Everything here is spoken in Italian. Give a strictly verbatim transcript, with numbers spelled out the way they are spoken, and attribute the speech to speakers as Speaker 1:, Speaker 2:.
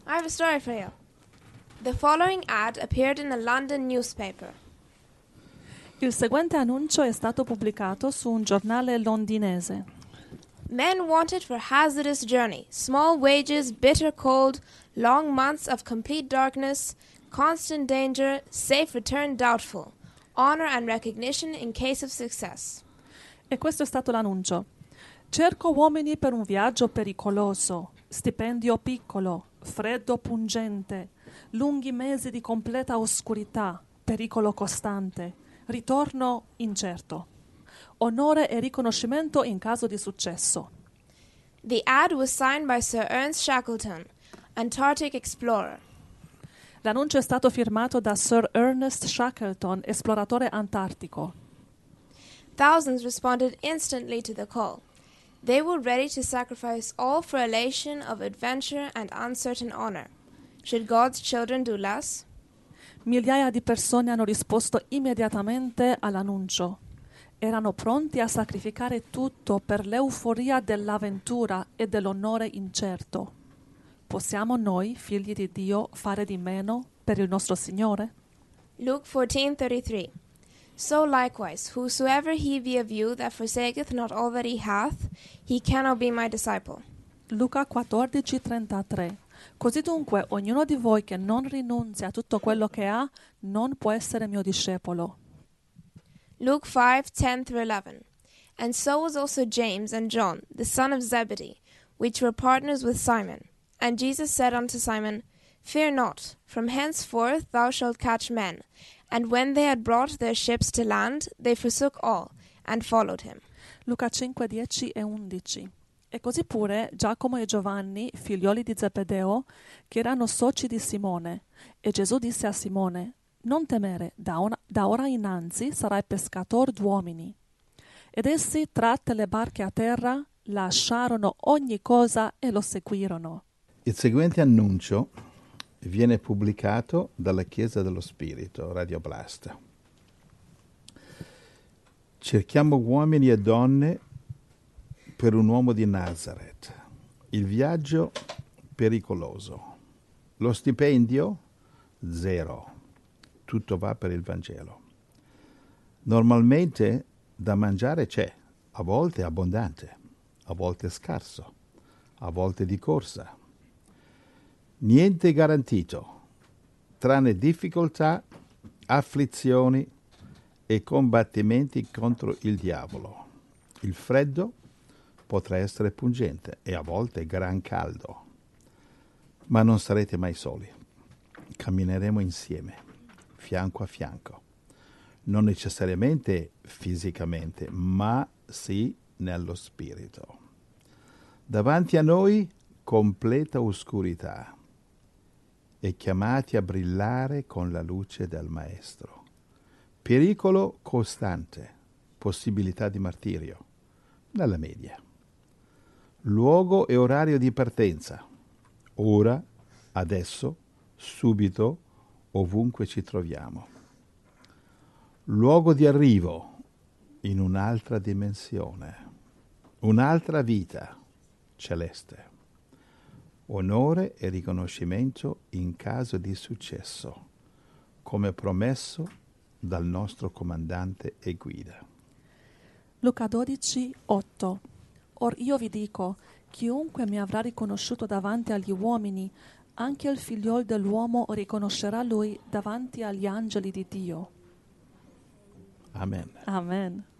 Speaker 1: I have a story for you. The following ad appeared in a London newspaper.
Speaker 2: Il seguente annuncio è stato pubblicato su un giornale londinese.
Speaker 1: Men wanted for hazardous journey, small wages, bitter cold, long months of complete darkness, constant danger, safe return doubtful, honor and recognition in case of success.
Speaker 2: E questo è stato l'annuncio. Cerco uomini per un viaggio pericoloso, stipendio piccolo, freddo pungente, lunghi mesi di completa oscurità, pericolo costante, ritorno incerto, onore e riconoscimento in caso di successo.
Speaker 1: The ad was signed by Sir Ernest Shackleton, Antarctic explorer.
Speaker 2: L'annuncio è stato firmato da Sir Ernest Shackleton, esploratore antartico.
Speaker 1: Thousands responded instantly to the call. They were ready to sacrifice all for elation of adventure and uncertain honor. Should God's children do less?
Speaker 2: Migliaia di persone hanno risposto immediatamente all'annuncio. Erano pronti a sacrificare tutto per l'euforia dell'avventura e dell'onore incerto. Possiamo noi, figli di Dio, fare di meno per il nostro Signore?
Speaker 1: Luke fourteen thirty-three. So likewise, whosoever he be of you that forsaketh not all that he hath, he cannot be my disciple.
Speaker 2: Luca quattordici trentatré. Così dunque, ognuno di voi che non rinunzia a tutto quello che ha, non può essere mio discepolo.
Speaker 1: Luke five ten through eleven. And so was also James and John, the son of Zebedee, which were partners with Simon. And Jesus said unto Simon, Fear not, from henceforth thou shalt catch men. And when they had brought their ships to land, they forsook all, and followed him.
Speaker 2: Luca cinque dieci e undici. E così pure Giacomo e Giovanni, figlioli di Zebedeo, che erano soci di Simone. E Gesù disse a Simone, non temere, da, una, da ora innanzi sarai pescator d'uomini. Ed essi, tratte le barche a terra, lasciarono ogni cosa e lo seguirono.
Speaker 3: Il seguente annuncio viene pubblicato dalla Chiesa dello Spirito, Radio Blast. Cerchiamo uomini e donne per un uomo di Nazareth. Il viaggio pericoloso. Lo stipendio zero. Tutto va per il Vangelo. Normalmente da mangiare c'è, a volte abbondante, a volte scarso, a volte di corsa. Niente garantito, tranne difficoltà, afflizioni e combattimenti contro il diavolo. Il freddo potrà essere pungente e a volte gran caldo, ma non sarete mai soli. Cammineremo insieme, fianco a fianco, non necessariamente fisicamente, ma sì nello spirito. Davanti a noi completa oscurità e chiamati a brillare con la luce del Maestro. Pericolo costante, possibilità di martirio, nella media. Luogo e orario di partenza, ora, adesso, subito, ovunque ci troviamo. Luogo di arrivo, in un'altra dimensione, un'altra vita celeste. Onore e riconoscimento in caso di successo, come promesso dal nostro comandante e guida.
Speaker 2: Luca dodici otto. Or io vi dico, chiunque mi avrà riconosciuto davanti agli uomini, anche il figliol dell'uomo riconoscerà lui davanti agli angeli di Dio.
Speaker 3: Amen.
Speaker 2: Amen.